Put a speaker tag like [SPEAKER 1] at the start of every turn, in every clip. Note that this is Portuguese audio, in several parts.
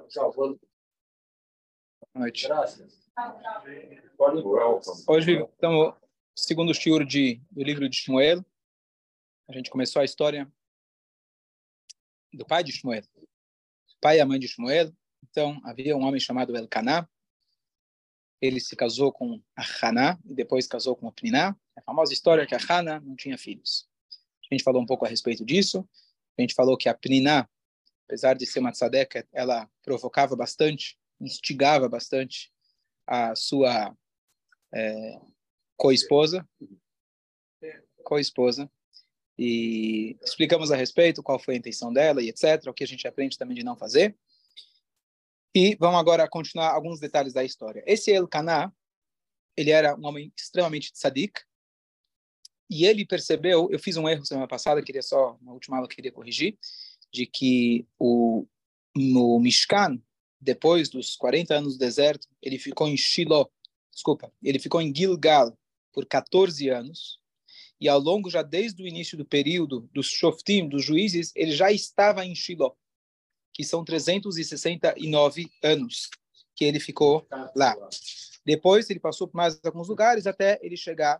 [SPEAKER 1] Boa noite. Hoje estamos no segundo shiur do livro de Shmuel. A gente começou a história do pai de Shmuel, o pai e a mãe de Shmuel. Então, havia um homem chamado Elcaná. Ele se casou com a Haná e depois casou com a Pniná. É a famosa história que a Haná não tinha filhos. A gente falou um pouco a respeito disso. A gente falou que a Pniná, apesar de ser uma tzadeka, ela provocava bastante, instigava bastante a sua co-esposa, e explicamos a respeito qual foi a intenção dela e etc., o que a gente aprende também de não fazer. E vamos agora continuar alguns detalhes da história. Esse Elcaná, ele era um homem extremamente tzadik, e ele percebeu, eu fiz um erro semana passada, na última aula eu queria corrigir, de que no Mishkan, depois dos 40 anos do deserto, ele ficou em ele ficou em Gilgal por 14 anos, e ao longo, já desde o início do período dos Shoftim, dos juízes, ele já estava em Shiloh, que são 369 anos que ele ficou lá. Depois ele passou por mais alguns lugares até ele chegar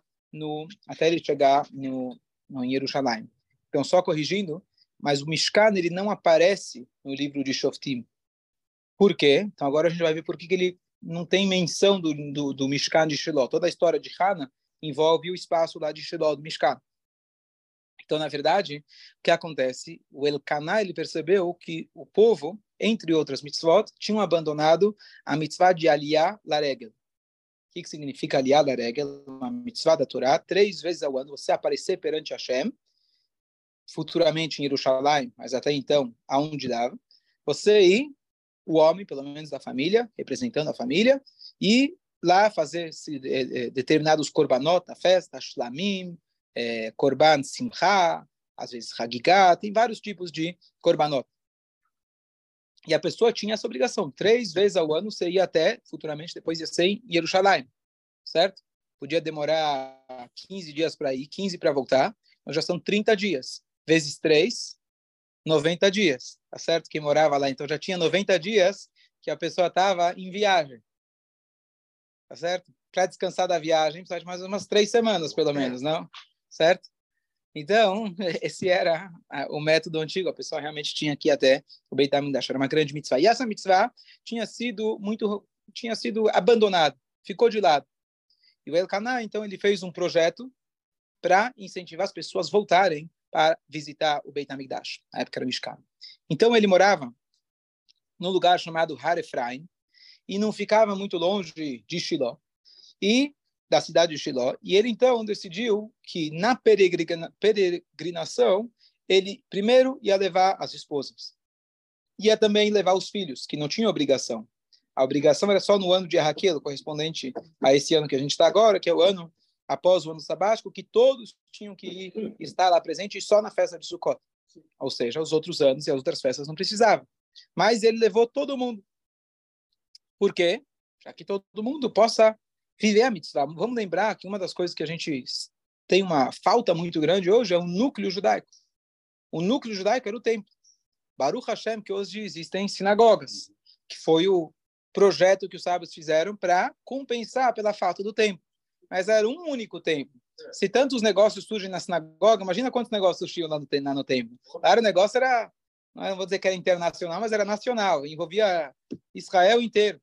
[SPEAKER 1] em Jerusalém. Então, só corrigindo, mas o Mishkan ele não aparece no livro de Shoftim. Por quê? Então agora a gente vai ver por que ele não tem menção do Mishkan de Shiloh. Toda a história de Hana envolve o espaço lá de Shiloh, do Mishkan. Então, na verdade, o que acontece? O Elcaná, ele percebeu que o povo, entre outras mitzvot, tinham abandonado a mitzvah de Aliyah Laregel. O que significa Aliyah Laregel? Uma mitzvah da Torá, 3 vezes ao ano, você aparecer perante Hashem, futuramente em Jerusalém, mas até então, aonde dava, você ir, o homem, pelo menos da família, representando a família, e lá fazer determinados korbanot, a festa, shlamim, korban simcha, às vezes hagigah, tem vários tipos de korbanot. E a pessoa tinha essa obrigação, 3 vezes ao ano você ia até, futuramente depois ia ser em Jerusalém, certo? Podia demorar 15 dias para ir, 15 para voltar, mas já são 30 dias, vezes 3, 90 dias, tá certo? Quem morava lá, então já tinha 90 dias que a pessoa estava em viagem, tá certo? Para descansar da viagem, precisa de mais umas 3 semanas, pelo menos, não? Certo? Então, esse era o método antigo. A pessoa realmente tinha que ir até o Beit HaMikdash. Era uma grande mitzvah. E essa mitzvah tinha sido abandonada, ficou de lado. E o Elcaná, então, ele fez um projeto para incentivar as pessoas a voltarem para visitar o Beit HaMikdash. Na época era o Mishkan. Então, ele morava num lugar chamado Har Efraim e não ficava muito longe de Shiloh. E da cidade de Shiloh, e ele então decidiu que na peregrinação ele primeiro ia levar as esposas, ia também levar os filhos, que não tinham obrigação. A obrigação era só no ano de Raquel, correspondente a esse ano que a gente está agora, que é o ano após o ano sabático, que todos tinham que estar lá presentes só na festa de Sukkot. Ou seja, os outros anos e as outras festas não precisavam. Mas ele levou todo mundo. Por quê? Para que todo mundo possa viver a mitzvah. Vamos lembrar que uma das coisas que a gente tem uma falta muito grande hoje é o núcleo judaico. O núcleo judaico era o templo. Baruch Hashem, que hoje existem sinagogas, que foi o projeto que os sábios fizeram para compensar pela falta do templo. Mas era um único templo. Se tantos negócios surgem na sinagoga, imagina quantos negócios tinham lá no templo. Lá o negócio era, não vou dizer que era internacional, mas era nacional, envolvia Israel inteiro.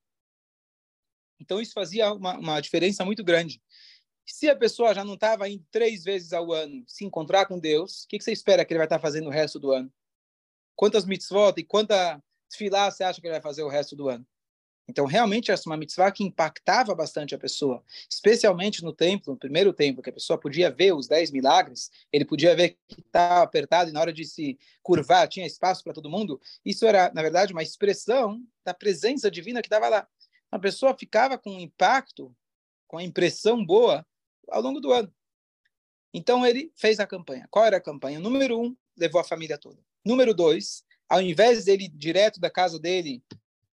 [SPEAKER 1] Então, isso fazia uma diferença muito grande. Se a pessoa já não estava indo 3 vezes ao ano se encontrar com Deus, o que você espera que ele vai estar fazendo o resto do ano? Quantas mitzvot e quanta tefilá você acha que ele vai fazer o resto do ano? Então, realmente, essa é uma mitzvah que impactava bastante a pessoa, especialmente no templo, no primeiro templo, que a pessoa podia ver os 10 milagres, ele podia ver que estava apertado e na hora de se curvar tinha espaço para todo mundo. Isso era, na verdade, uma expressão da presença divina que estava lá. A pessoa ficava com um impacto, com a impressão boa ao longo do ano. Então, ele fez a campanha. Qual era a campanha? Número 1, levou a família toda. Número 2, ao invés dele ir direto da casa dele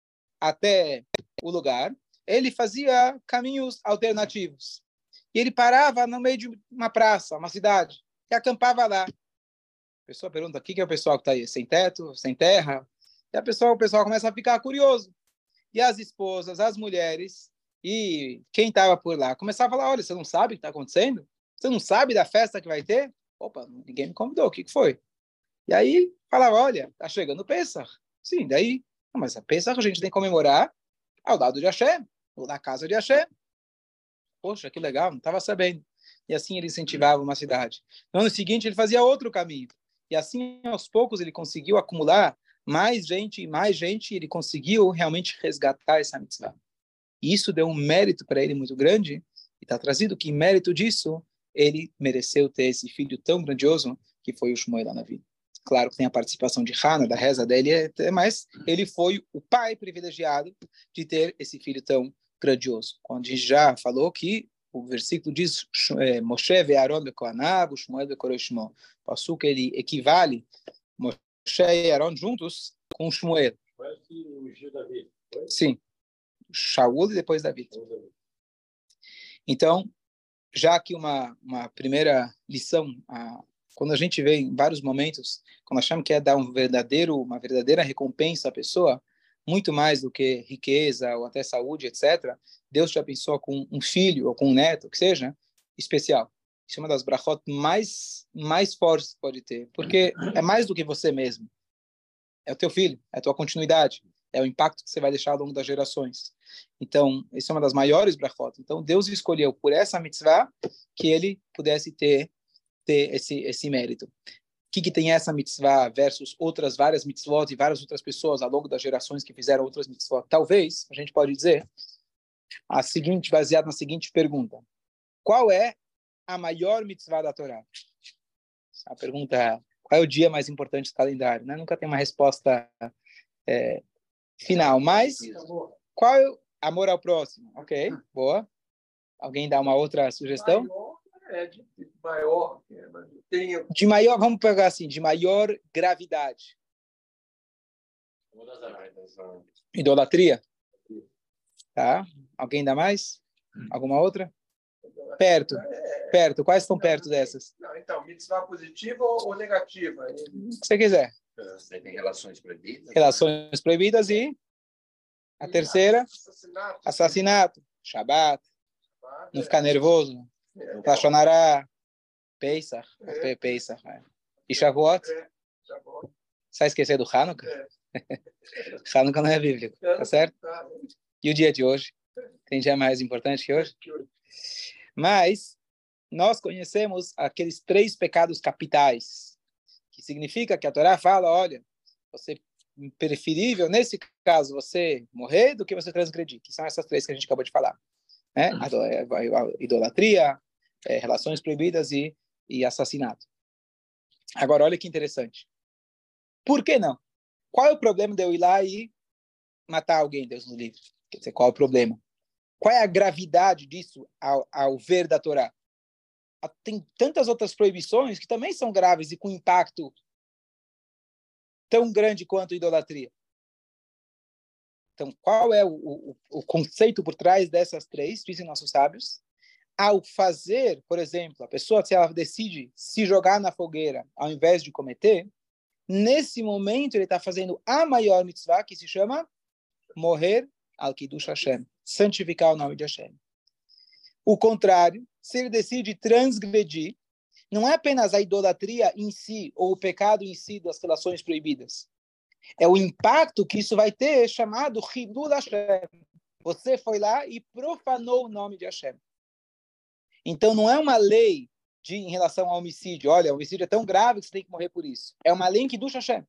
[SPEAKER 1] até o lugar, ele fazia caminhos alternativos. E ele parava no meio de uma praça, uma cidade, e acampava lá. A pessoa pergunta, o que é o pessoal que está aí? Sem teto? Sem terra? E o pessoal começa a ficar curioso. E as esposas, as mulheres e quem estava por lá começava a falar, olha, você não sabe o que está acontecendo? Você não sabe da festa que vai ter? Opa, ninguém me convidou, o que foi? E aí falava, olha, está chegando o Pêssar. Sim, daí, mas a Pêssar a gente tem que comemorar ao lado de Hashem, ou na casa de Hashem. Poxa, que legal, não estava sabendo. E assim ele incentivava uma cidade. No ano seguinte, ele fazia outro caminho. E assim, aos poucos, ele conseguiu acumular mais gente e mais gente, e ele conseguiu realmente resgatar essa mitzvah. E isso deu um mérito para ele muito grande, e está trazido que, em mérito disso, ele mereceu ter esse filho tão grandioso, que foi o Shmuel lá na vida. Claro que tem a participação de Hannah, da reza dele, mas ele foi o pai privilegiado de ter esse filho tão grandioso. Quando a gente já falou que o versículo diz Moshe ve Aaron bekohanav, Shmuel bekorei Shmo. O passuco ele equivale Moshe e Aaron juntos com Shmuel. Sim, Shaul e depois Davi. Então, já aqui uma primeira lição, quando a gente vê em vários momentos, quando achamos que é dar uma verdadeira recompensa à pessoa, muito mais do que riqueza ou até saúde, etc., Deus te abençoa com um filho ou com um neto, que seja, especial. Isso é uma das brachot mais fortes que pode ter, porque é mais do que você mesmo. É o teu filho, é a tua continuidade, é o impacto que você vai deixar ao longo das gerações. Então, isso é uma das maiores brachot. Então, Deus escolheu por essa mitzvah que ele pudesse ter esse mérito. O que tem essa mitzvah versus outras várias mitzvot e várias outras pessoas ao longo das gerações que fizeram outras mitzvot? Talvez, a gente pode dizer, baseado na seguinte pergunta. Qual é a maior mitzvah da Torá? A pergunta é, qual é o dia mais importante do calendário? Né? Nunca tem uma resposta final, mas qual é o amor ao próximo? Ok, boa. Alguém dá uma outra sugestão? De maior, vamos pegar assim, de maior gravidade. Idolatria? Tá. Alguém dá mais? Alguma outra? Perto. Quais estão perto dessas?
[SPEAKER 2] Não, então, mitzvah positiva ou negativa?
[SPEAKER 1] O que você quiser.
[SPEAKER 2] Você tem relações proibidas.
[SPEAKER 1] Relações proibidas e a terceira? Assassinato. Shabbat. Não ficar nervoso. Lashon Hara. Pesach. Pesach. E Shavuot? Você vai esquecer do Hanukkah? Hanukkah não é bíblico, tá certo? E o dia de hoje? Tem dia mais importante que hoje? Mas nós conhecemos aqueles 3 pecados capitais, que significa que a Torá fala, olha, você preferível, nesse caso, você morrer do que você transgredir, que são essas 3 que a gente acabou de falar. Né? A idolatria, relações proibidas e assassinato. Agora, olha que interessante. Por que não? Qual é o problema de eu ir lá e matar alguém, Deus no livre? Quer dizer, qual é o problema? Qual é a gravidade disso ao ver da Torá? Tem tantas outras proibições que também são graves e com impacto tão grande quanto a idolatria. Então, qual é o conceito por trás dessas 3, dizem nossos sábios? Ao fazer, por exemplo, a pessoa, se ela decide se jogar na fogueira ao invés de cometer, nesse momento ele está fazendo a maior mitzvah, que se chama morrer al Kiddush Hashem, santificar o nome de Hashem. O contrário, se ele decide transgredir, não é apenas a idolatria em si, ou o pecado em si das relações proibidas. É o impacto que isso vai ter, chamado Hidul Hashem. Você foi lá e profanou o nome de Hashem. Então, não é uma lei em relação ao homicídio. Olha, o homicídio é tão grave que você tem que morrer por isso. É uma lei em Kiddush Hashem.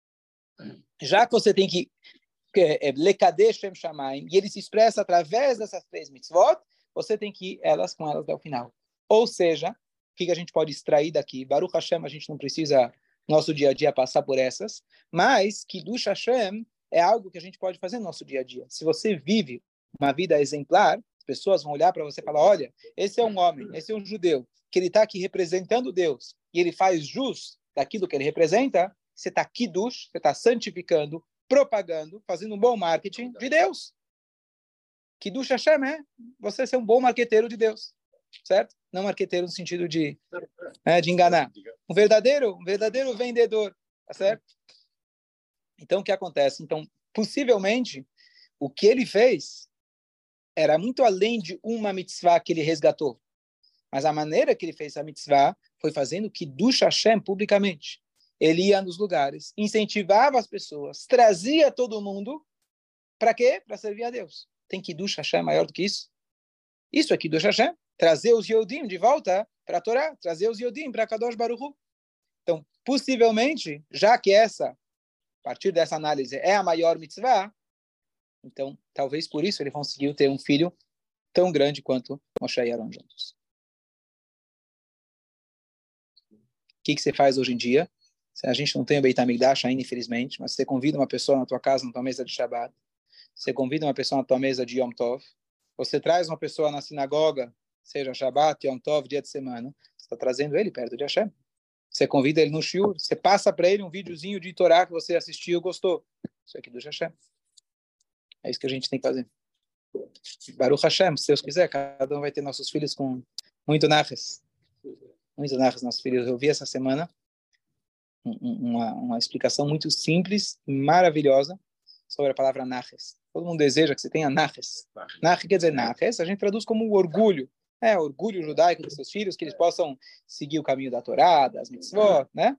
[SPEAKER 1] Já que você tem que Lekadesh Shem Shamayim, e ele se expressa através dessas 3 mitzvot, você tem que ir com elas até o final. Ou seja, o que a gente pode extrair daqui? Baruch Hashem, a gente não precisa, nosso dia a dia, passar por essas, mas Kiddush Hashem é algo que a gente pode fazer no nosso dia a dia. Se você vive uma vida exemplar, as pessoas vão olhar para você e falar, olha, esse é um homem, esse é um judeu, que ele está aqui representando Deus, e ele faz jus daquilo que ele representa, você está Kiddush, você está santificando, propagando, fazendo um bom marketing de Deus. Kiddush Hashem é você ser um bom marqueteiro de Deus, certo? Não marqueteiro no sentido de enganar. Um verdadeiro vendedor, tá certo? Então, o que acontece? Então, possivelmente, o que ele fez era muito além de uma mitzvah que ele resgatou. Mas a maneira que ele fez a mitzvah foi fazendo Kiddush Hashem publicamente. Ele ia nos lugares, incentivava as pessoas, trazia todo mundo. Para quê? Para servir a Deus. Tem Kiddush Hashem maior do que isso? Isso é Kiddush Hashem. Trazer os Yodim de volta para a Torá. Trazer os Yodim para Kadosh Baruch Hu. Então, possivelmente, já que essa, a partir dessa análise, é a maior mitzvah, então, talvez por isso ele conseguiu ter um filho tão grande quanto Moshe e Aaron juntos. O que você faz hoje em dia? A gente não tem o Beit HaMikdash ainda, infelizmente, mas você convida uma pessoa na tua casa, na tua mesa de Shabbat, você convida uma pessoa na tua mesa de Yom Tov, você traz uma pessoa na sinagoga, seja Shabbat, Yom Tov, dia de semana, você está trazendo ele perto de Hashem. Você convida ele no shiur, você passa para ele um videozinho de Torá que você assistiu e gostou. Isso aqui do Hashem. É isso que a gente tem que fazer. Baruch Hashem, se Deus quiser, cada um vai ter nossos filhos com muito nachas. Muito nachas, nossos filhos. Eu vi essa semana uma explicação muito simples, maravilhosa, sobre a palavra nachas. Todo mundo deseja que você tenha nachas. Nachas quer dizer nachas, a gente traduz como orgulho. Orgulho judaico dos seus filhos, que eles possam seguir o caminho da Torá, das mitzvot, né?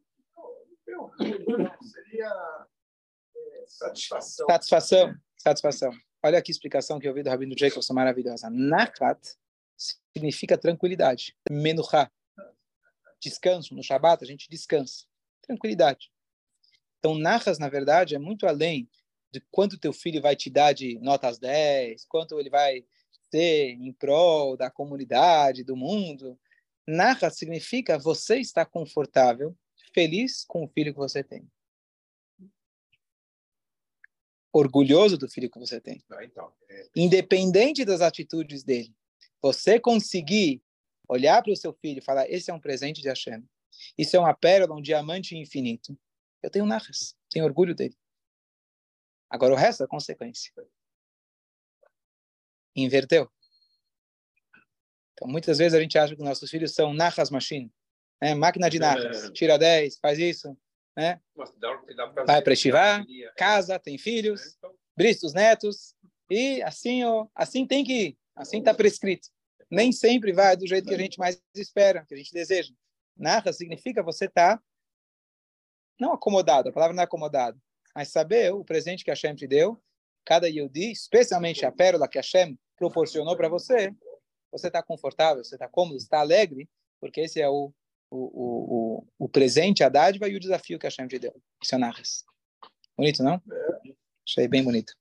[SPEAKER 2] Seria satisfação.
[SPEAKER 1] Satisfação. Olha que explicação que eu vi do Rabino Jacobson, maravilhosa. Nachat significa tranquilidade. Menuchá. Descanso. No Shabat a gente descansa. Tranquilidade. Então, nachas, na verdade, é muito além de quanto teu filho vai te dar de notas 10, quanto ele vai ter em prol da comunidade, do mundo. Nachas significa você estar confortável, feliz com o filho que você tem. Orgulhoso do filho que você tem. Independente das atitudes dele. Você conseguir olhar para o seu filho e falar, esse é um presente de Hashem. Isso é uma pérola, um diamante infinito. Eu tenho nachas, tenho orgulho dele. Agora o resto é consequência. Inverteu. Então, muitas vezes a gente acha que nossos filhos são nachas machine. Máquina de nachas. Tira 10, faz isso. Vai para estivar, casa, tem filhos, brista os netos. E assim tem que ir. Assim está prescrito. Nem sempre vai do jeito que a gente mais espera, que a gente deseja. Nachas significa você estar não acomodado. A palavra não é acomodado. Mas saber o presente que Hashem te deu, cada Yehudi, especialmente a pérola que Hashem proporcionou para você, você está confortável, você está cômodo, está alegre, porque esse é o presente, a dádiva e o desafio que Hashem te deu. Isso é nachas. Bonito, não? Achei bem bonito.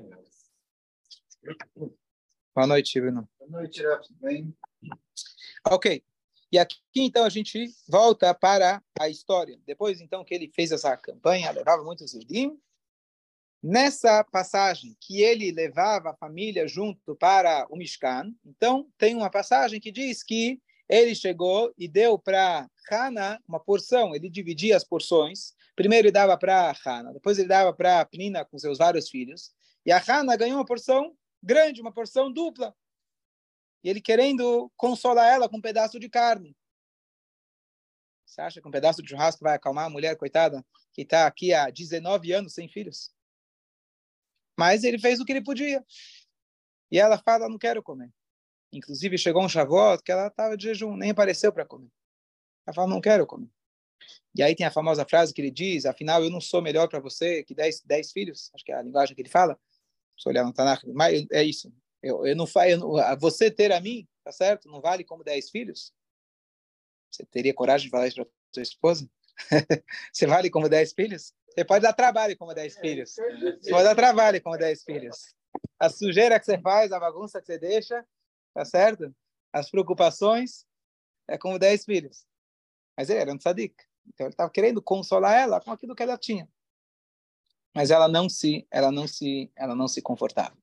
[SPEAKER 1] Boa noite, Bruno.
[SPEAKER 2] Boa noite, Rafa. Bem?
[SPEAKER 1] Ok. E aqui, então, a gente volta para a história. Depois, então, que ele fez essa campanha, levava muitos Yudim. Nessa passagem, que ele levava a família junto para o Mishkan, então, tem uma passagem que diz que ele chegou e deu para Hana uma porção. Ele dividia as porções. Primeiro ele dava para Hana, depois ele dava para Pnina com seus vários filhos. E a Hana ganhou uma porção grande, uma porção dupla. E ele querendo consolar ela com um pedaço de carne. Você acha que um pedaço de churrasco vai acalmar a mulher, coitada, que está aqui há 19 anos sem filhos? Mas ele fez o que ele podia. E ela fala, não quero comer. Inclusive, chegou um Shavuot que ela estava de jejum, nem apareceu para comer. Ela fala, não quero comer. E aí tem a famosa frase que ele diz, afinal, eu não sou melhor para você que 10 filhos. Acho que é a linguagem que ele fala. Se olhar no Tanakh, mas é isso. Você ter a mim, tá certo? Não vale como 10 filhos? Você teria coragem de falar isso para sua esposa? Você vale como 10 filhos? Você pode dar trabalho como 10 filhos. Você pode dar trabalho como 10 filhos. A sujeira que você faz, a bagunça que você deixa, tá certo? As preocupações, é como 10 filhos. Mas ele era um tzadik. Então ele estava querendo consolar ela com aquilo que ela tinha. Mas ela não se confortava.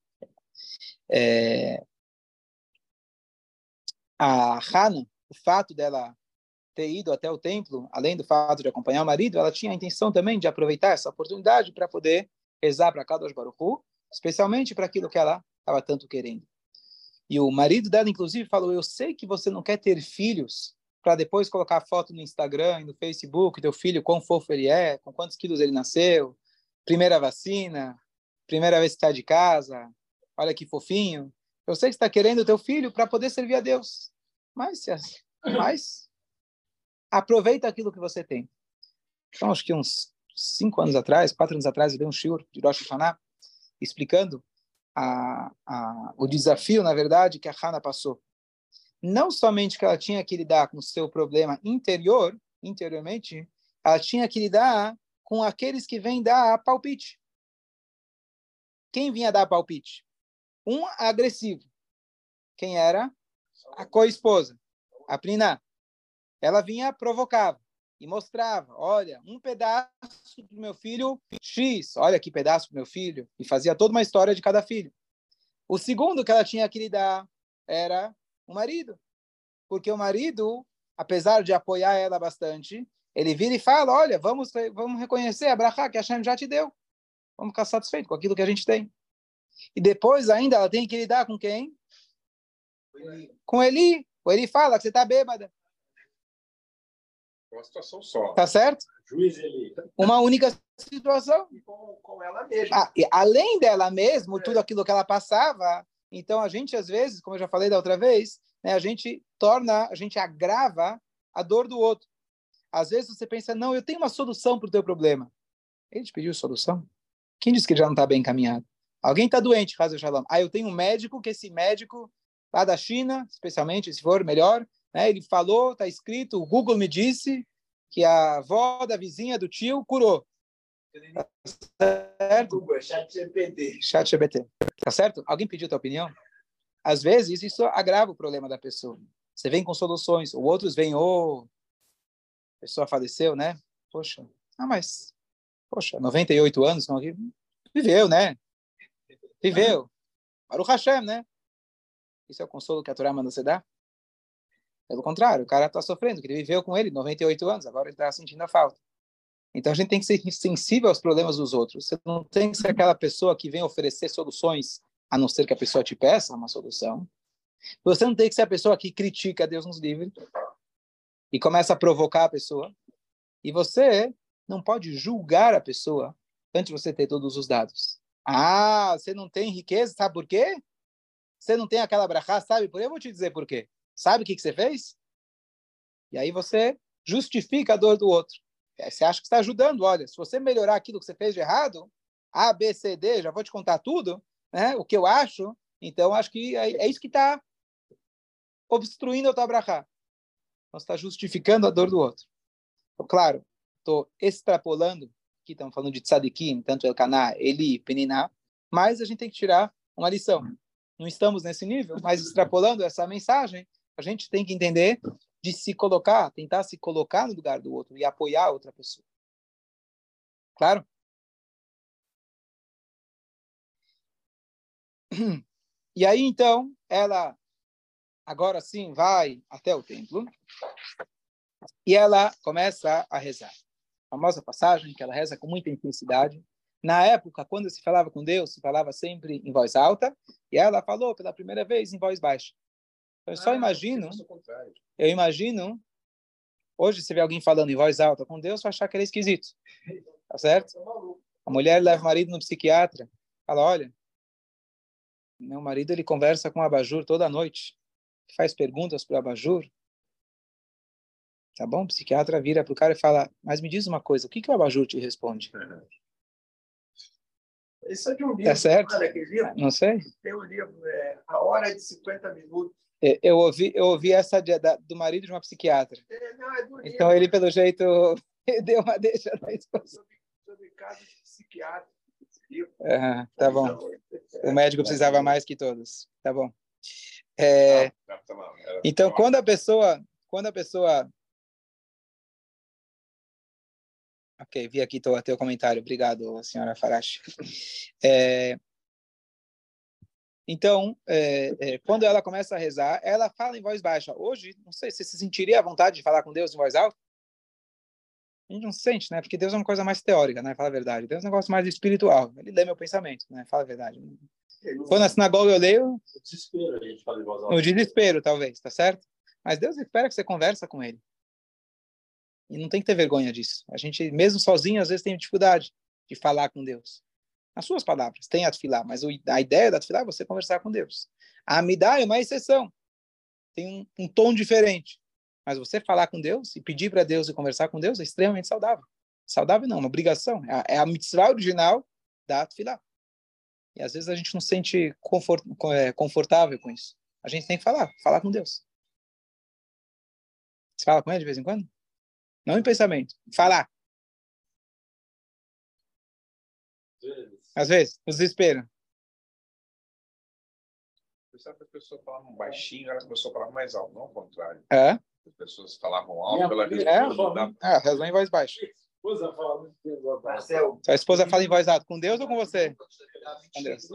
[SPEAKER 1] A Hana, o fato dela ter ido até o templo, além do fato de acompanhar o marido, ela tinha a intenção também de aproveitar essa oportunidade para poder rezar para Kadosh Baruch Hu, especialmente para aquilo que ela estava tanto querendo. E o marido dela, inclusive, falou, eu sei que você não quer ter filhos para depois colocar foto no Instagram e no Facebook, teu filho, quão fofo ele é, com quantos quilos ele nasceu, primeira vacina, primeira vez que está de casa, olha que fofinho. Eu sei que você está querendo o teu filho para poder servir a Deus, mas aproveita aquilo que você tem. Então, acho que uns 5 anos atrás, 4 anos atrás, eu dei um shiur de Rosh Hashanah explicando o desafio, na verdade, que a Hannah passou. Não somente que ela tinha que lidar com o seu problema interiormente, ela tinha que lidar com aqueles que vêm dar palpite. Quem vinha dar palpite? Um agressivo. Quem era? A co-esposa, a Prina. Ela vinha, provocava e mostrava, olha, um pedaço do meu filho X, olha que pedaço do meu filho, e fazia toda uma história de cada filho. O segundo que ela tinha que lidar era o marido, porque o marido, apesar de apoiar ela bastante, ele vira e fala, olha, vamos reconhecer a brachá que a Hashem já te deu, vamos ficar satisfeitos com aquilo que a gente tem. E depois ainda ela tem que lidar com quem? Com Eli. O Eli fala que você está bêbada.
[SPEAKER 2] Uma situação só.
[SPEAKER 1] Tá certo?
[SPEAKER 2] Juiz Eli.
[SPEAKER 1] Uma única situação.
[SPEAKER 2] E com ela mesma.
[SPEAKER 1] E além dela mesma, tudo aquilo que ela passava, então a gente, às vezes, como eu já falei da outra vez, né, a gente agrava a dor do outro. Às vezes você pensa, não, eu tenho uma solução para o teu problema. Ele te pediu solução? Quem disse que ele já não está bem encaminhado? Alguém está doente, Hazel Shalom. Eu tenho um médico, que esse médico, lá da China, especialmente, se for melhor, né, ele falou, está escrito, o Google me disse que a avó da vizinha do tio curou. Tá certo?
[SPEAKER 2] Google, ChatGPT.
[SPEAKER 1] ChatGPT. Tá certo? Alguém pediu a tua opinião? Às vezes, isso agrava o problema da pessoa. Você vem com soluções, ou outros vêm, a pessoa faleceu, né? Poxa, 98 anos, viveu, né? Viveu. Baruch Hashem, né? Isso é o consolo que a Torá manda você dar? Pelo contrário, o cara está sofrendo, que ele viveu com ele 98 anos, agora ele está sentindo a falta. Então a gente tem que ser sensível aos problemas dos outros. Você não tem que ser aquela pessoa que vem oferecer soluções, a não ser que a pessoa te peça uma solução. Você não tem que ser a pessoa que critica, Deus nos livre, e começa a provocar a pessoa. E você não pode julgar a pessoa antes de você ter todos os dados. Você não tem riqueza, sabe por quê? Você não tem aquela brachá, sabe por quê? Eu vou te dizer por quê. Sabe o que você fez? E aí você justifica a dor do outro. Aí você acha que está ajudando. Olha, se você melhorar aquilo que você fez de errado, A, B, C, D, já vou te contar tudo, né? O que eu acho. Então, acho que é isso que está obstruindo a tua brachá. Então, você está justificando a dor do outro. Então, claro, estou extrapolando. Aqui estamos falando de tzadikim, tanto Elkaná, Eli, Peniná. Mas a gente tem que tirar uma lição. Não estamos nesse nível, mas extrapolando essa mensagem, a gente tem que entender de se colocar, tentar se colocar no lugar do outro e apoiar a outra pessoa. Claro? E aí, então, ela agora sim vai até o templo e ela começa a rezar. A famosa passagem que ela reza com muita intensidade. Na época, quando se falava com Deus, se falava sempre em voz alta, e ela falou pela primeira vez em voz baixa. Eu só imagino, hoje se vê alguém falando em voz alta com Deus, vai achar que ele é esquisito. Tá certo? A mulher leva o marido no psiquiatra, fala, olha, meu marido ele conversa com o abajur toda noite, faz perguntas para o abajur. Tá bom? O psiquiatra vira para o cara e fala, mas me diz uma coisa, o que o abajur te responde?
[SPEAKER 2] Isso é de um livro.
[SPEAKER 1] Tá certo?
[SPEAKER 2] Livro?
[SPEAKER 1] Não sei.
[SPEAKER 2] Tem um livro, A Hora de 50 Minutos.
[SPEAKER 1] Eu ouvi essa do marido de uma psiquiatra. Então ele, pelo jeito, deu uma deixa na esposa.
[SPEAKER 2] Sobre casos de psiquiatra.
[SPEAKER 1] Tá bom. O médico precisava mais que todos. Tá bom. Então, quando a pessoa... Ok, vi aqui teu comentário. Obrigado, senhora Farache. Então, quando ela começa a rezar, ela fala em voz baixa. Hoje, não sei se você sentiria a vontade de falar com Deus em voz alta. A gente não sente, né? Porque Deus é uma coisa mais teórica, né? Fala a verdade. Deus é um negócio mais espiritual. Ele lê meu pensamento, né? Fala a verdade. Quando na sinagoga eu leio... No desespero, a gente fala em voz alta. No desespero, talvez, tá certo? Mas Deus espera que você conversa com Ele. E não tem que ter vergonha disso. A gente, mesmo sozinho, às vezes tem dificuldade. de falar com Deus. Nas suas palavras, tem a tefilá, mas a ideia da tefilá é você conversar com Deus. A amidá é uma exceção. Tem um tom diferente. Mas você falar com Deus e pedir para Deus e conversar com Deus é extremamente saudável. Saudável não, uma obrigação. É a mitzvah original da tefilá. E às vezes a gente não se sente confortável com isso. A gente tem que falar com Deus. Você fala com ele de vez em quando? Não em pensamento. Falar. Às vezes, no desespero.
[SPEAKER 3] Pensava que as pessoas falavam baixinho, elas começaram a falar mais alto, não ao contrário.
[SPEAKER 1] É?
[SPEAKER 3] As pessoas falavam alto, ela
[SPEAKER 1] rezou em voz baixa. Sua esposa fala em voz alta com Deus ou com você? Com Deus.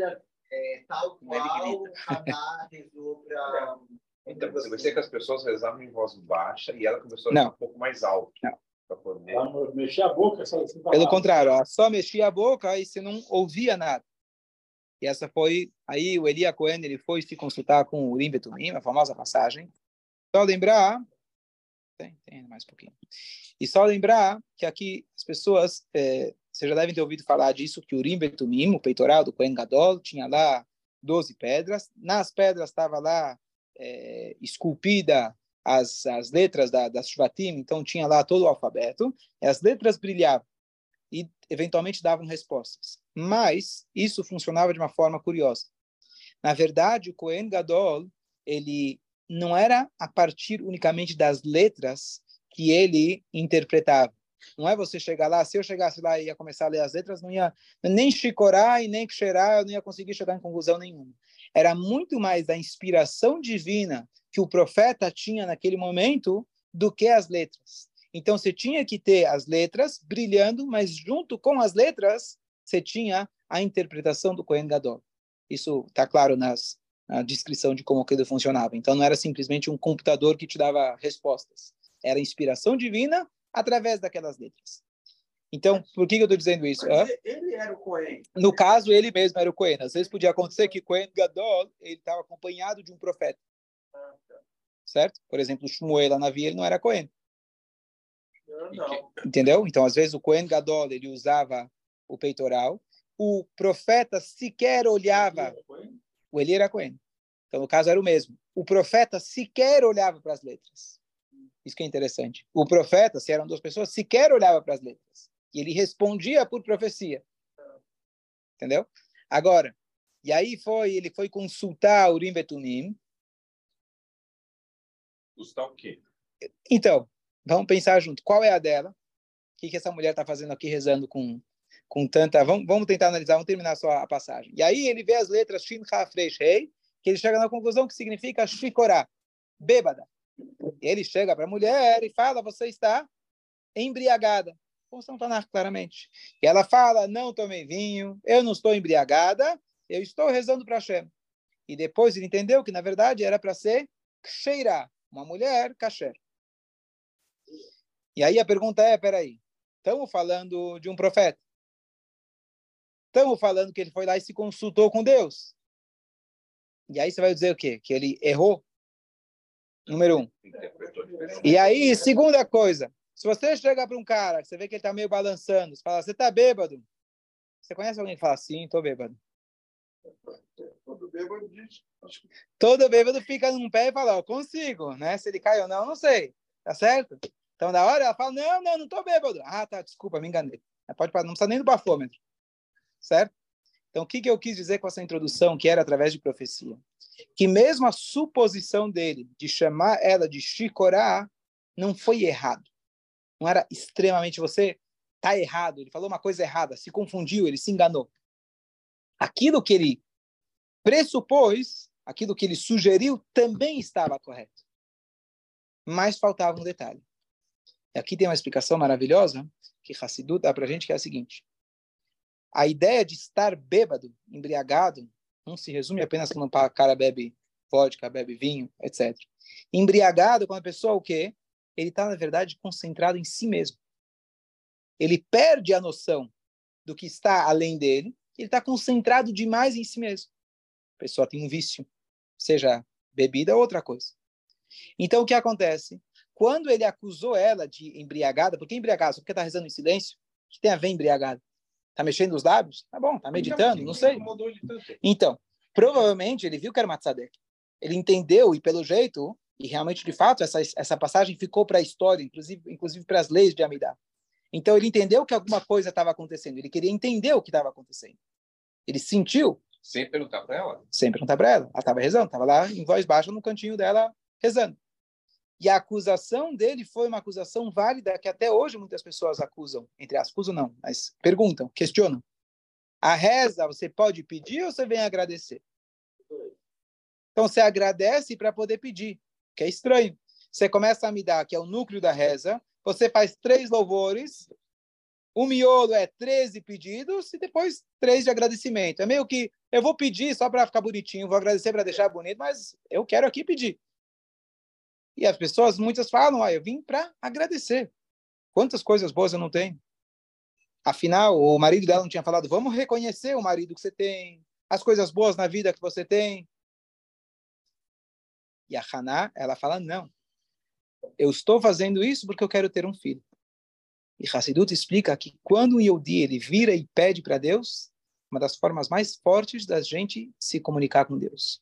[SPEAKER 2] Tal qual Haná rezou para...
[SPEAKER 3] Então, você vai ser que as pessoas rezavam em voz baixa e ela começou a rezar um pouco mais alto.
[SPEAKER 1] Não.
[SPEAKER 3] Para poder...
[SPEAKER 4] Mexer a boca.
[SPEAKER 1] Pelo contrário, ela só mexia a boca e você não ouvia nada. E essa foi... Aí o Elia Cohen, ele foi se consultar com o Urim Betumim, a famosa passagem. Só lembrar... Tem mais um pouquinho. E só lembrar que aqui as pessoas... vocês já devem ter ouvido falar disso, que o Urim Betumim, o peitoral do Cohen Gadol, tinha lá 12 pedras. Nas pedras estava lá esculpida as letras das Shvatim, então tinha lá todo o alfabeto. E as letras brilhavam e eventualmente davam respostas. Mas isso funcionava de uma forma curiosa. Na verdade, o Cohen Gadol, ele não era a partir unicamente das letras que ele interpretava. Não é você chegar lá, se eu chegasse lá e ia começar a ler as letras, não ia nem chicorar e nem cheirar, eu não ia conseguir chegar em conclusão nenhuma. Era muito mais da inspiração divina que o profeta tinha naquele momento do que as letras. Então, você tinha que ter as letras brilhando, mas junto com as letras, você tinha a interpretação do Cohen Gadol. Isso está claro na descrição de como aquilo funcionava. Então, não era simplesmente um computador que te dava respostas. Era inspiração divina através daquelas letras. Então, por que eu estou dizendo isso?
[SPEAKER 2] Ele era o Cohen.
[SPEAKER 1] No caso, ele mesmo era o Cohen. Às vezes podia acontecer que Cohen Gadol ele estava acompanhado de um profeta. Certo? Por exemplo, Shmuel Hanavi, ele não era Cohen.
[SPEAKER 2] Não.
[SPEAKER 1] Entendeu? Então, às vezes, o Cohen Gadol ele usava o peitoral. O profeta sequer olhava. O Eli era Cohen. Então, no caso, era o mesmo. O profeta sequer olhava para as letras. Isso que é interessante. O profeta, se eram duas pessoas, sequer olhava para as letras. E ele respondia por profecia. Entendeu? Agora, e aí ele foi consultar Urim Betumim.
[SPEAKER 3] Consultar o quê?
[SPEAKER 1] Então, vamos pensar junto. Qual é a dela? O que essa mulher está fazendo aqui rezando com tanta... Vamos tentar analisar, vamos terminar só a passagem. E aí ele vê as letras Shin, Ha, Fresh, Rei, que ele chega na conclusão que significa Shikorá, bêbada. E ele chega para a mulher e fala, você está embriagada. Consta no Tanakh, claramente. E ela fala, não tomei vinho, eu não estou embriagada, eu estou rezando para Hashem. E depois ele entendeu que, na verdade, era para ser ksheira, uma mulher kasher. E aí a pergunta é, peraí, estamos falando de um profeta? Estamos falando que ele foi lá e se consultou com Deus? E aí você vai dizer o quê? Que ele errou? Número 1. E aí, segunda coisa, se você chega para um cara, você vê que ele está meio balançando, você fala, você está bêbado? Você conhece alguém que fala, sim, estou bêbado.
[SPEAKER 2] Todo bêbado diz.
[SPEAKER 1] Todo bêbado fica num pé e fala, consigo, né? Se ele cai ou não sei. Tá certo? Então, da hora, ela fala, não estou bêbado. Ah, tá, desculpa, me enganei. Pode parar, não precisa nem do bafômetro. Certo? Então, o que eu quis dizer com essa introdução, que era através de profecia? Que mesmo a suposição dele de chamar ela de Shikorá não foi errado. Não era extremamente, você está errado, ele falou uma coisa errada, se confundiu, ele se enganou. Aquilo que ele pressupôs, aquilo que ele sugeriu, também estava correto. Mas faltava um detalhe. E aqui tem uma explicação maravilhosa, que Hassidut dá para a gente, que é a seguinte. A ideia de estar bêbado, embriagado, não se resume apenas quando o cara bebe vodka, bebe vinho, etc. Embriagado, quando a pessoa o quê? Ele está, na verdade, concentrado em si mesmo. Ele perde a noção do que está além dele, ele está concentrado demais em si mesmo. A pessoa tem um vício, seja bebida ou outra coisa. Então, o que acontece? Quando ele acusou ela de embriagada, por que embriagada? Só porque está rezando em silêncio? O que tem a ver embriagada? Está mexendo os lábios? Tá bom, está meditando, não sei. Então, provavelmente ele viu que era uma tzadek. Ele entendeu e pelo jeito, e realmente de fato, essa passagem ficou para a história, inclusive para as leis de Amidah. Então ele entendeu que alguma coisa estava acontecendo. Ele queria entender o que estava acontecendo. Ele sentiu.
[SPEAKER 3] Sem perguntar para ela?
[SPEAKER 1] Sem perguntar para ela. Ela estava rezando, estava lá em voz baixa no cantinho dela rezando. E a acusação dele foi uma acusação válida que até hoje muitas pessoas acusam. Entre aspas, acusam não, mas perguntam, questionam. A reza você pode pedir ou você vem agradecer? Então você agradece para poder pedir, que é estranho. Você começa a me dar, que é o núcleo da reza, você faz 3 louvores, o miolo é 13 pedidos e depois 3 de agradecimento. É meio que eu vou pedir só para ficar bonitinho, vou agradecer para deixar bonito, mas eu quero aqui pedir. E as pessoas, muitas falam, eu vim para agradecer. Quantas coisas boas eu não tenho? Afinal, o marido dela não tinha falado, vamos reconhecer o marido que você tem, as coisas boas na vida que você tem. E a Haná, ela fala, não. Eu estou fazendo isso porque eu quero ter um filho. E Hassidut explica que quando um Yehudi ele vira e pede para Deus, uma das formas mais fortes da gente se comunicar com Deus.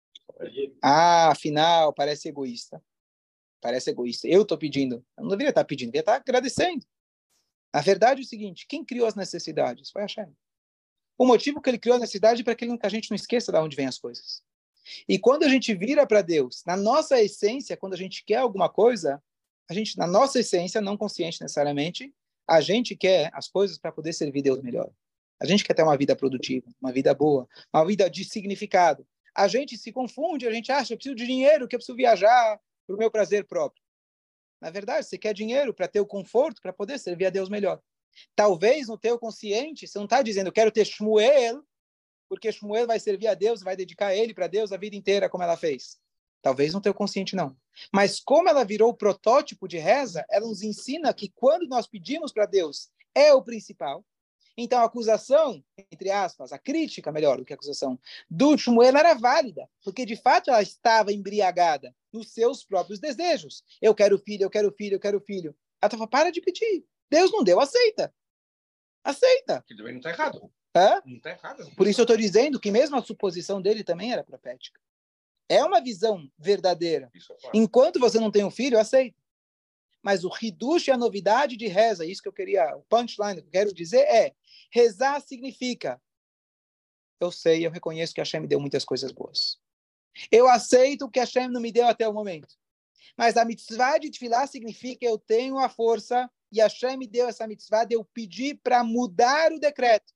[SPEAKER 1] Afinal, parece egoísta. Parece egoísta. Eu estou pedindo. Eu não deveria estar pedindo, deveria estar agradecendo. A verdade é o seguinte, quem criou as necessidades? Foi Hashem. O motivo que ele criou a necessidade é para que a gente não esqueça de onde vêm as coisas. E quando a gente vira para Deus, na nossa essência, quando a gente quer alguma coisa, a gente, na nossa essência, não consciente necessariamente, a gente quer as coisas para poder servir Deus melhor. A gente quer ter uma vida produtiva, uma vida boa, uma vida de significado. A gente se confunde, a gente acha, eu preciso de dinheiro, que eu preciso viajar para o meu prazer próprio. Na verdade, você quer dinheiro para ter o conforto, para poder servir a Deus melhor. Talvez no teu consciente, você não está dizendo, eu quero ter Shmuel, porque Shmuel vai servir a Deus, vai dedicar ele para Deus a vida inteira, como ela fez. Talvez no teu consciente não. Mas como ela virou o protótipo de reza, ela nos ensina que quando nós pedimos para Deus, é o principal. Então a acusação, entre aspas, a crítica, melhor do que a acusação, do Shmuel era válida, porque de fato ela estava embriagada nos seus próprios desejos. Eu quero filho, eu quero filho, eu quero filho. Ela falou, para de pedir. Deus não deu, aceita. Aceita.
[SPEAKER 3] Que também não está errado.
[SPEAKER 1] Hã?
[SPEAKER 3] Não está errado.
[SPEAKER 1] Por isso eu estou dizendo que mesmo a suposição dele também era profética. É uma visão verdadeira. Enquanto você não tem um filho, aceita. Mas o hidush e a novidade de reza, isso que eu queria, o punchline que eu quero dizer é, rezar significa, eu sei, eu reconheço que Hashem me deu muitas coisas boas. Eu aceito que Hashem não me deu até o momento. Mas a mitzvah de tefilá significa eu tenho a força e Hashem me deu essa mitzvah de eu pedir para mudar o decreto.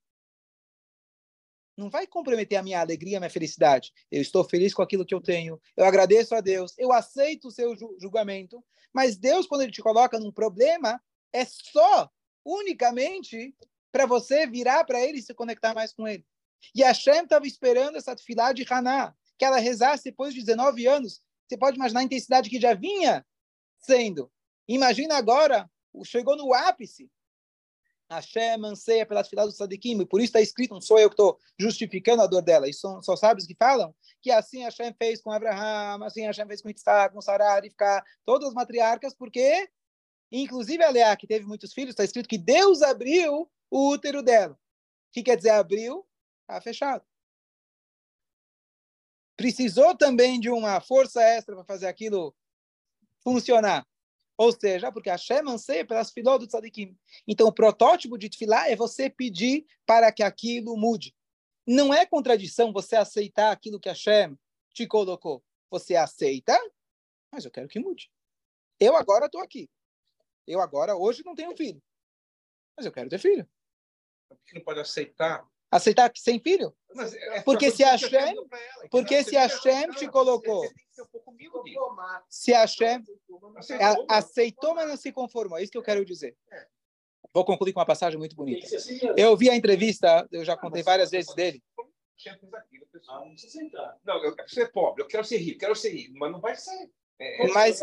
[SPEAKER 1] Não vai comprometer a minha alegria, a minha felicidade. Eu estou feliz com aquilo que eu tenho. Eu agradeço a Deus. Eu aceito o seu julgamento. Mas Deus, quando Ele te coloca num problema, é só, unicamente, para você virar para Ele e se conectar mais com Ele. E Hashem estava esperando essa tefilá de Haná, que ela rezasse depois de 19 anos. Você pode imaginar a intensidade que já vinha sendo. Imagina agora, chegou no ápice. Hashem anseia pelas filas do Sadikim, e por isso está escrito, não sou eu que estou justificando a dor dela, isso são só sábios que falam, que assim Hashem fez com Abraham, assim Hashem fez com Isaac, com Sarah, Rivka, todas as matriarcas, porque, inclusive a Leá, que teve muitos filhos, está escrito que Deus abriu o útero dela. O que quer dizer abriu? Está fechado. Precisou também de uma força extra para fazer aquilo funcionar. Ou seja, porque Hashem anseia pelas filó do tzadikim. Então, o protótipo de tefilá é você pedir para que aquilo mude. Não é contradição você aceitar aquilo que Hashem te colocou. Você aceita, mas eu quero que mude. Eu agora estou aqui. Eu agora, hoje, não tenho filho. Mas eu quero ter filho.
[SPEAKER 3] Por que não pode aceitar?
[SPEAKER 1] Aceitar sem filho?
[SPEAKER 3] Mas
[SPEAKER 1] porque se Hashem, porque se Hashem te colocou, se Hashem aceitou, mas não se conformou, é isso que eu quero dizer. Vou concluir com uma passagem muito bonita. Eu vi a entrevista, eu já contei várias vezes dele.
[SPEAKER 3] Não, eu quero ser pobre, eu quero ser rico, mas não vai ser.
[SPEAKER 1] Mas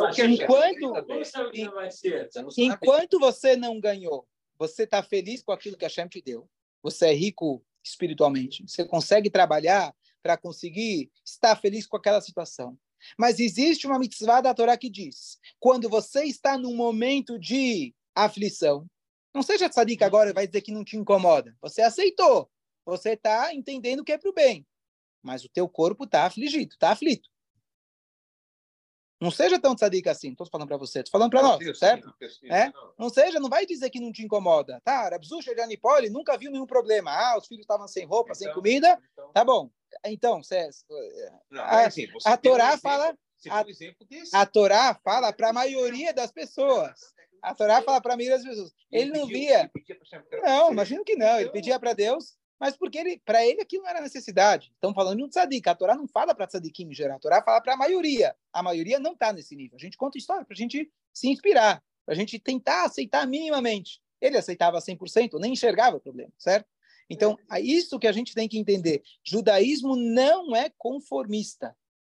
[SPEAKER 1] enquanto você não ganhou, você está feliz com aquilo que Hashem te deu, você é rico espiritualmente, você consegue trabalhar para conseguir estar feliz com aquela situação. Mas existe uma mitzvah da Torá que diz, quando você está num momento de aflição, Não seja tzadik agora e vai dizer que não te incomoda. Você aceitou. Você está entendendo que é para o bem. Mas o teu corpo está afligido, está aflito. Não seja tão tzadik assim. Estou falando para você, estou falando para nós, certo? Não seja, não vai dizer que não te incomoda. Tá, Rabzusha de Anipoli nunca viu nenhum problema. Ah, os filhos estavam sem roupa, sem comida. Tá bom. Então, a Torá fala... A Torá fala para a maioria das pessoas. A Torá fala para a maioria das pessoas. Ele não via. Não, imagino que não. Ele pedia para Deus, mas porque para ele aquilo não era necessidade. Estamos falando de um tzadik. A Torá não fala para tzadikim em geral. A Torá fala para a maioria. A maioria não está nesse nível. A gente conta história para a gente se inspirar, para a gente tentar aceitar minimamente. Ele aceitava 100%, nem enxergava o problema, certo? Então, é isso que a gente tem que entender. Judaísmo não é conformista.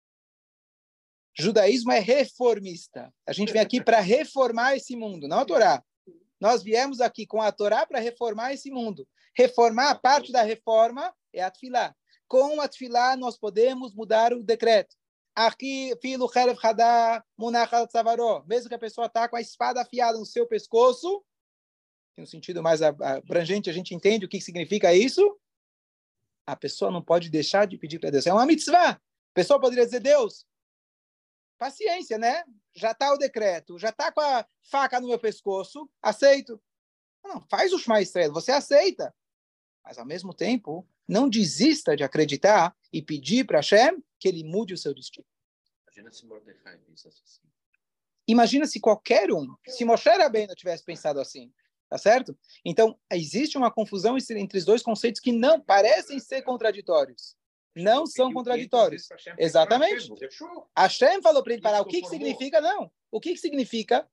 [SPEAKER 1] Judaísmo é reformista. A gente vem aqui para reformar esse mundo, não a Torá. Nós viemos aqui com a Torá para reformar esse mundo. Reformar, a parte da reforma é a Tfilá. Com a Tfilá nós podemos mudar o decreto. Aqui, filo cherev hadá munachal tzavaró. Mesmo que a pessoa está com a espada afiada no seu pescoço, tem um sentido mais abrangente, a gente entende o que significa isso. A pessoa não pode deixar de pedir para Deus. É uma mitzvah. A pessoa poderia dizer, Deus, paciência, né? Já está o decreto, já está com a faca no meu pescoço, aceito. Não, faz o Shema Israel, você aceita. Mas, ao mesmo tempo, não desista de acreditar e pedir para Hashem que ele mude o seu destino.
[SPEAKER 3] Imagina se Mordecai pensasse assim.
[SPEAKER 1] Imagina se qualquer se Moshe Rabbeinu tivesse pensado assim, tá certo? Então, existe uma confusão entre os dois conceitos que não parecem ser contraditórios. Não são contraditórios. Exatamente. Hashem falou para ele parar. O que significa? Não. O que significa?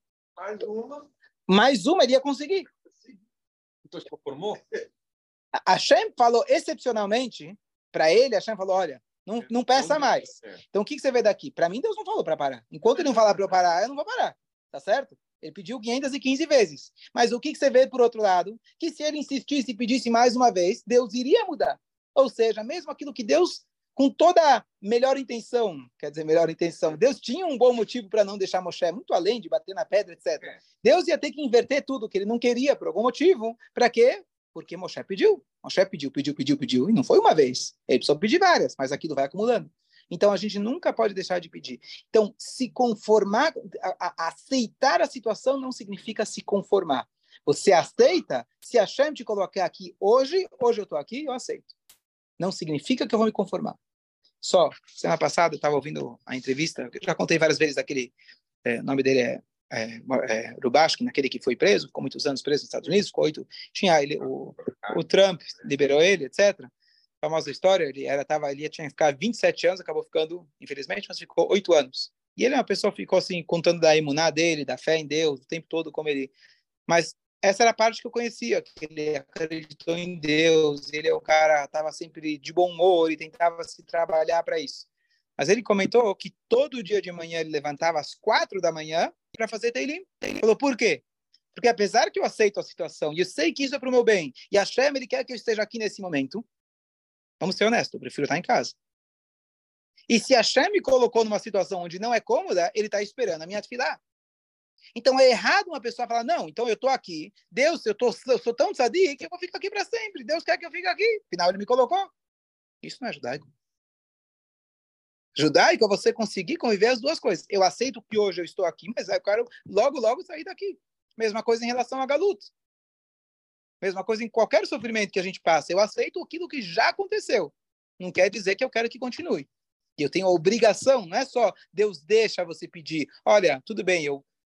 [SPEAKER 1] Mais uma ele ia conseguir.
[SPEAKER 3] Então, se formou?
[SPEAKER 1] Hashem falou excepcionalmente para ele. Hashem falou, olha, não peça mais. Então, o que você vê daqui? Para mim, Deus não falou para parar. Enquanto ele não falar para eu parar, eu não vou parar. Tá certo? Ele pediu 515 vezes. Mas o que você vê por outro lado? Que se ele insistisse e pedisse mais uma vez, Deus iria mudar. Ou seja, mesmo aquilo que Deus, com toda a melhor intenção, Deus tinha um bom motivo para não deixar Moshe, muito além de bater na pedra, etc. Deus ia ter que inverter tudo que ele não queria por algum motivo. Para quê? Porque Moshe pediu. Moshe pediu, e não foi uma vez. Ele precisou pedir várias, mas aquilo vai acumulando. Então, a gente nunca pode deixar de pedir. Então, se conformar, aceitar a situação não significa se conformar. Você aceita, se a Hashem te colocar aqui hoje eu estou aqui, eu aceito. Não significa que eu vou me conformar. Só, semana passada, eu estava ouvindo a entrevista, eu já contei várias vezes daquele, o nome dele é Rubashkin, aquele que foi preso, ficou muitos anos preso nos Estados Unidos, tinha ele, o Trump liberou ele, etc. A famosa história, ele tinha que ficar 27 anos, acabou ficando, infelizmente, mas ficou 8 anos. E ele é uma pessoa que ficou assim, contando da imuná dele, da fé em Deus, o tempo todo como ele... Mas essa era a parte que eu conhecia, que ele acreditou em Deus, ele é o cara, estava sempre de bom humor e tentava se trabalhar para isso. Mas ele comentou que todo dia de manhã ele levantava às 4 da manhã para fazer Teilim. Ele falou, por quê? Porque apesar que eu aceito a situação, e eu sei que isso é para o meu bem, e a Hashem, ele quer que eu esteja aqui nesse momento, vamos ser honestos, eu prefiro estar em casa. E se a Hashem me colocou numa situação onde não é cômoda, ele está esperando a minha tefilá. Então é errado uma pessoa falar, não, então eu estou aqui, Deus, eu sou tão tzadik que eu vou ficar aqui para sempre, Deus quer que eu fique aqui, afinal ele me colocou. Isso não é judaico. Judaico é você conseguir conviver as duas coisas. Eu aceito que hoje eu estou aqui, mas eu quero logo sair daqui. Mesma coisa em relação a galuto. Mesma coisa em qualquer sofrimento que a gente passa. Eu aceito aquilo que já aconteceu. Não quer dizer que eu quero que continue. E eu tenho a obrigação, não é só Deus deixa você pedir. Olha, tudo bem,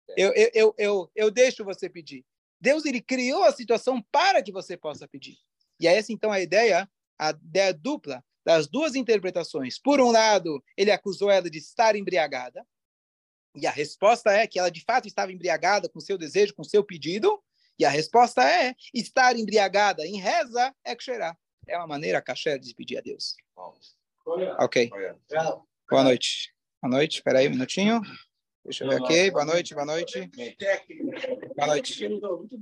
[SPEAKER 1] eu deixo você pedir. Deus, ele criou a situação para que você possa pedir. E é essa, então, a ideia dupla das duas interpretações. Por um lado, ele acusou ela de estar embriagada. E a resposta é que ela, de fato, estava embriagada com seu desejo, com seu pedido. E a resposta é, estar embriagada em reza é ksherá. É uma maneira kasher de pedir a Deus. Ok. Boa noite. Boa noite. Espera aí um minutinho. Deixa eu ver aqui. Boa noite. Boa noite.